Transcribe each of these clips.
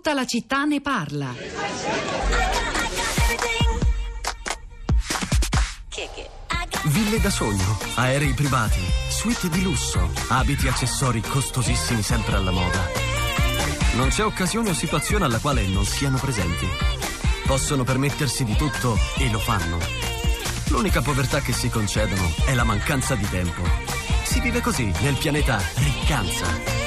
Tutta la città ne parla. Ville da sogno, aerei privati, suite di lusso, abiti e accessori costosissimi sempre alla moda. Non c'è occasione o situazione alla quale non siano presenti. Possono permettersi di tutto e lo fanno. L'unica povertà che si concedono è la mancanza di tempo. Si vive così nel pianeta Riccanza.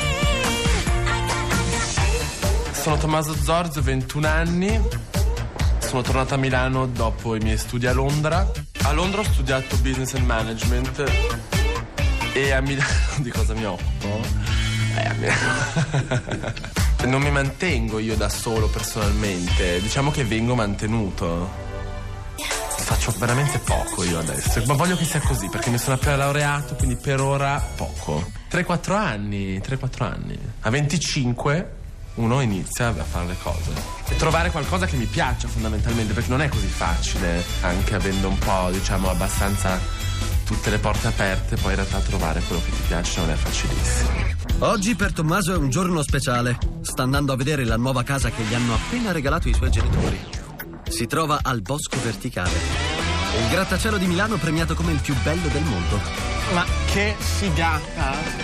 Sono Tommaso Zorzi, 21 anni. Sono tornato a Milano dopo i miei studi a Londra. A Londra ho studiato Business and Management e a Milano di cosa mi occupo? Non mi mantengo io da solo personalmente, diciamo che vengo mantenuto. Faccio veramente poco io adesso, ma voglio che sia così perché mi sono appena laureato, quindi per ora poco. 3-4 anni. A 25 uno inizia a fare le cose e trovare qualcosa che mi piaccia fondamentalmente, perché non è così facile, anche avendo un po', diciamo, abbastanza tutte le porte aperte, poi in realtà trovare quello che ti piace non è facilissimo. Oggi per Tommaso è un giorno speciale. Sta andando a vedere la nuova casa che gli hanno appena regalato i suoi genitori. Si trova al Bosco Verticale, il grattacielo di Milano premiato come il più bello del mondo. Ma che figata!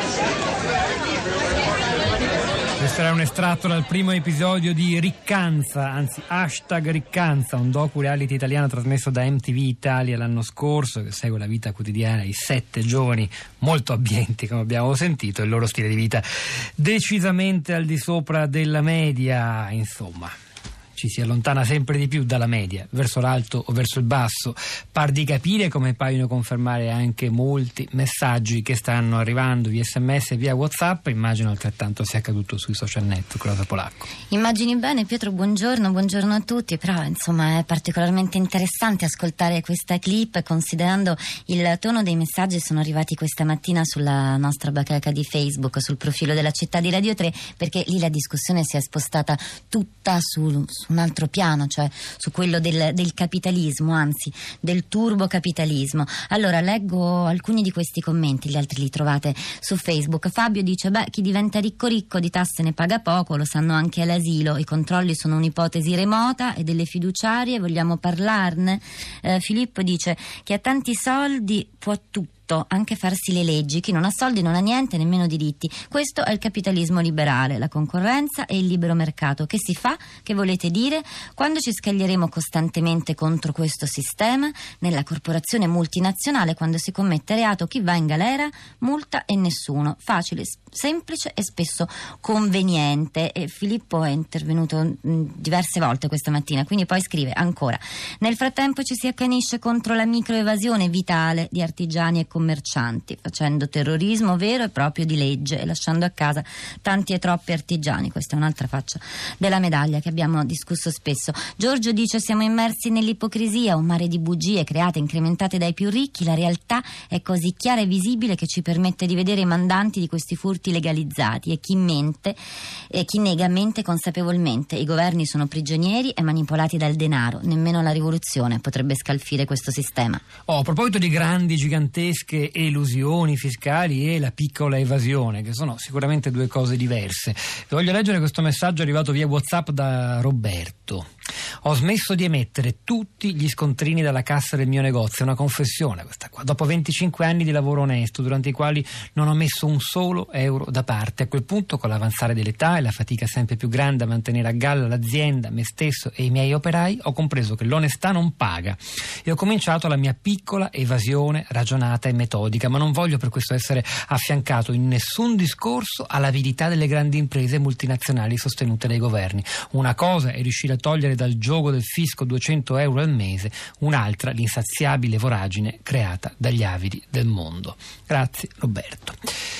Questo era un estratto dal primo episodio di Riccanza, anzi #Riccanza, un docu-reality italiano trasmesso da MTV Italia l'anno scorso, che segue la vita quotidiana di 7 giovani molto abbienti, come abbiamo sentito, il loro stile di vita decisamente al di sopra della media, insomma. Ci si allontana sempre di più dalla media, verso l'alto o verso il basso. Par di capire, come paiono confermare anche molti messaggi che stanno arrivando via SMS e via WhatsApp. Immagino altrettanto sia accaduto sui social network. Rosa Polacco. Immagini bene, Pietro, buongiorno a tutti. Però insomma è particolarmente interessante ascoltare questa clip, considerando il tono dei messaggi. Sono arrivati questa mattina sulla nostra bacheca di Facebook, sul profilo della città di Radio 3, perché lì la discussione si è spostata tutta su un altro piano, cioè su quello del capitalismo, anzi del turbocapitalismo. Allora leggo alcuni di questi commenti, gli altri li trovate su Facebook. Fabio dice: chi diventa ricco di tasse ne paga poco, lo sanno anche all'asilo, i controlli sono un'ipotesi remota e delle fiduciarie vogliamo parlarne? Filippo dice: chi ha tanti soldi può tutto, anche farsi le leggi, chi non ha soldi non ha niente, nemmeno diritti. Questo è il capitalismo liberale, la concorrenza e il libero mercato. Che si fa? Che volete dire? Quando ci scaglieremo costantemente contro questo sistema? Nella corporazione multinazionale, quando si commette reato, chi va in galera? Multa e nessuno. Facile, semplice e spesso conveniente. E Filippo è intervenuto diverse volte questa mattina, quindi poi scrive ancora: nel frattempo ci si accanisce contro la microevasione vitale di artigiani e commercianti, facendo terrorismo vero e proprio di legge e lasciando a casa tanti e troppi artigiani. Questa è un'altra faccia della medaglia che abbiamo discusso spesso. Giorgio dice: siamo immersi nell'ipocrisia, un mare di bugie create e incrementate dai più ricchi. La realtà è così chiara e visibile che ci permette di vedere i mandanti di questi furti legalizzati, e chi mente e chi nega mente consapevolmente. I governi sono prigionieri e manipolati dal denaro. Nemmeno la rivoluzione potrebbe scalfire questo sistema. A proposito di grandi, gigantesche elusioni fiscali e la piccola evasione, che sono sicuramente due cose diverse, voglio leggere questo messaggio arrivato via WhatsApp da Roberto. Ho smesso di emettere tutti gli scontrini dalla cassa del mio negozio, è una confessione questa qua, dopo 25 anni di lavoro onesto, durante i quali non ho messo un solo euro da parte. A quel punto, con l'avanzare dell'età e la fatica sempre più grande a mantenere a galla l'azienda, me stesso e i miei operai, ho compreso che l'onestà non paga e ho cominciato la mia piccola evasione ragionata e metodica, ma non voglio per questo essere affiancato in nessun discorso all'avidità delle grandi imprese multinazionali sostenute dai governi. Una cosa è riuscire a togliere dal gioco del fisco 200 euro al mese, un'altra l'insaziabile voragine creata dagli avidi del mondo. Grazie Roberto.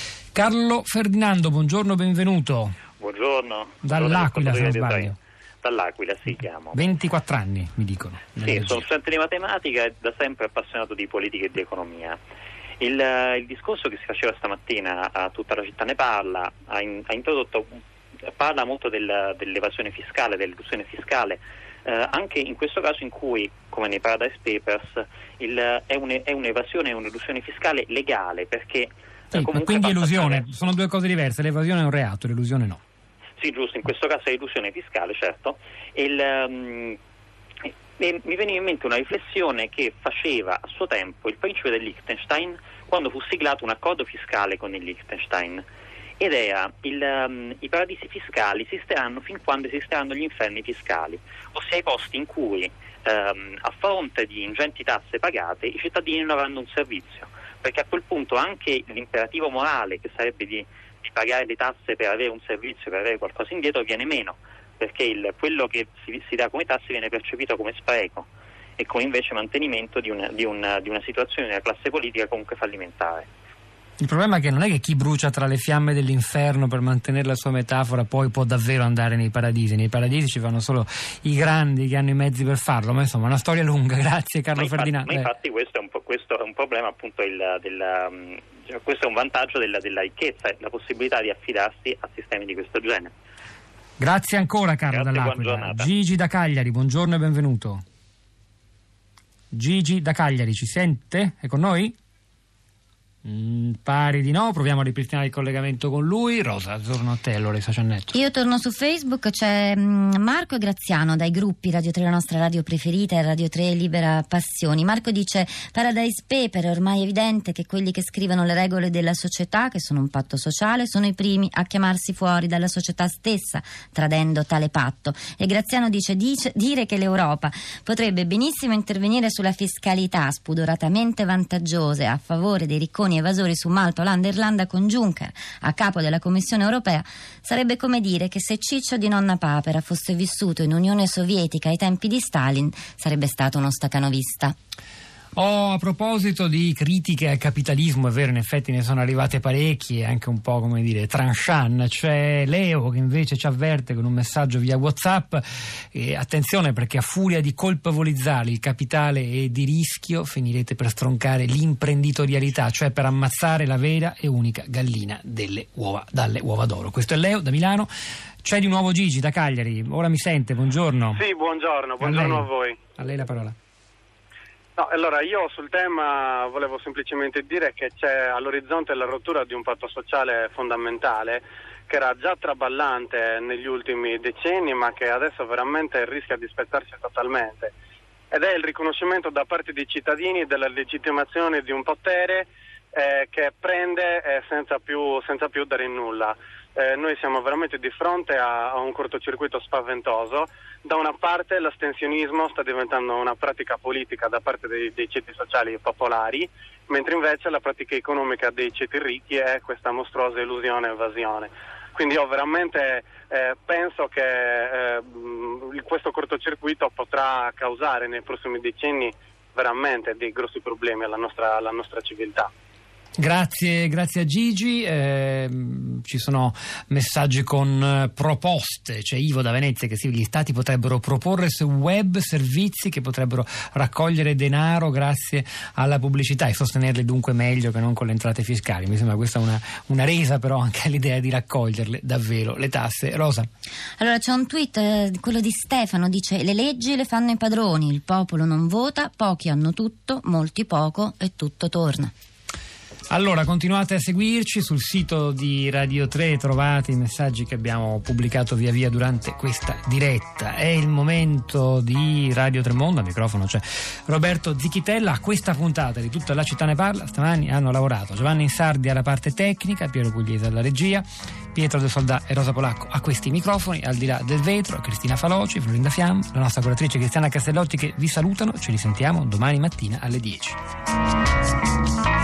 Carlo Ferdinando, buongiorno, benvenuto. Buongiorno. Dall'Aquila, se non sbaglio. Dall'Aquila, sì, chiamo. 24 anni, mi dicono. Sì, sono studente di matematica e da sempre appassionato di politica e di economia. Il discorso che si faceva stamattina a Tutta la città ne parla parla molto dell'evasione fiscale, dell'elusione fiscale, anche in questo caso in cui, come nei Paradise Papers, è un'evasione e un'elusione fiscale legale, perché sì, quindi elusione, sono due cose diverse, l'evasione è un reato, l'elusione no. Sì, giusto, in questo caso è elusione fiscale, certo. E mi veniva in mente una riflessione che faceva a suo tempo il principe del Liechtenstein quando fu siglato un accordo fiscale con il Liechtenstein, ed era i paradisi fiscali esisteranno fin quando esisteranno gli inferni fiscali, ossia i posti in cui a fronte di ingenti tasse pagate i cittadini non avranno un servizio, perché a quel punto anche l'imperativo morale, che sarebbe di pagare le tasse per avere un servizio, per avere qualcosa indietro, viene meno, perché quello che si dà come tasse viene percepito come spreco e come invece mantenimento di una situazione, di una classe politica comunque fallimentare. Il problema è che non è che chi brucia tra le fiamme dell'inferno, per mantenere la sua metafora, poi può davvero andare nei paradisi ci vanno solo i grandi che hanno i mezzi per farlo, ma insomma è una storia lunga. Grazie Carlo Ferdinando. Ma infatti questo è un problema, appunto, questo è un vantaggio della ricchezza, la possibilità di affidarsi a sistemi di questo genere. Grazie ancora Carlo Dall'Aquila. Gigi da Cagliari, buongiorno e benvenuto. Gigi da Cagliari, ci sente? È con noi? Pare di no, proviamo a ripristinare il collegamento con lui. Rosa, torno a te allora, i social network. Io torno su Facebook, c'è Marco e Graziano dai gruppi Radio 3 la nostra radio preferita e Radio 3 Libera Passioni. Marco dice: Paradise Paper, è ormai evidente che quelli che scrivono le regole della società, che sono un patto sociale, sono i primi a chiamarsi fuori dalla società stessa, tradendo tale patto. E Graziano dice dire che l'Europa potrebbe benissimo intervenire sulla fiscalità spudoratamente vantaggiosa a favore dei ricconi evasori su Malta, Olanda e Irlanda con Juncker a capo della Commissione europea sarebbe come dire che se Ciccio di nonna Papera fosse vissuto in Unione Sovietica ai tempi di Stalin sarebbe stato uno stacanovista. A proposito di critiche al capitalismo, è vero, in effetti ne sono arrivate parecchie, anche un po' come dire tranchant. C'è Leo che invece ci avverte con un messaggio via WhatsApp, attenzione, perché a furia di colpevolizzare il capitale e di rischio finirete per stroncare l'imprenditorialità, cioè per ammazzare la vera e unica gallina dalle uova d'oro. Questo è Leo da Milano. C'è di nuovo Gigi da Cagliari, ora mi sente? Buongiorno. Sì, buongiorno a voi. A lei la parola. No, allora io sul tema volevo semplicemente dire che c'è all'orizzonte la rottura di un patto sociale fondamentale che era già traballante negli ultimi decenni, ma che adesso veramente rischia di spezzarsi totalmente, ed è il riconoscimento da parte dei cittadini della legittimazione di un potere che prende senza più dare nulla. Noi siamo veramente di fronte a un cortocircuito spaventoso. Da una parte l'astensionismo sta diventando una pratica politica da parte dei ceti sociali popolari, mentre invece la pratica economica dei ceti ricchi è questa mostruosa illusione e evasione. Quindi io veramente penso che questo cortocircuito potrà causare nei prossimi decenni veramente dei grossi problemi alla nostra civiltà. Grazie a Gigi. Ci sono messaggi con proposte. C'è Ivo da Venezia che gli stati potrebbero proporre su web servizi che potrebbero raccogliere denaro grazie alla pubblicità e sostenerli dunque meglio che non con le entrate fiscali. Mi sembra questa una resa però anche all'idea di raccoglierle davvero le tasse. Rosa. Allora c'è un tweet, quello di Stefano, dice: le leggi le fanno i padroni, il popolo non vota, pochi hanno tutto, molti poco e tutto torna. Allora, continuate a seguirci sul sito di Radio 3, trovate i messaggi che abbiamo pubblicato via via durante questa diretta. È il momento di Radio Tremondo, al microfono c'è Roberto Zichitella. A questa puntata di Tutta la città ne parla stamani hanno lavorato Giovanni Insardi alla parte tecnica, Piero Pugliese alla regia, Pietro De Soldà e Rosa Polacco a questi microfoni, al di là del vetro Cristina Faloci, Florinda Fiamma, la nostra curatrice Cristiana Castellotti che vi salutano. Ci risentiamo domani mattina alle 10.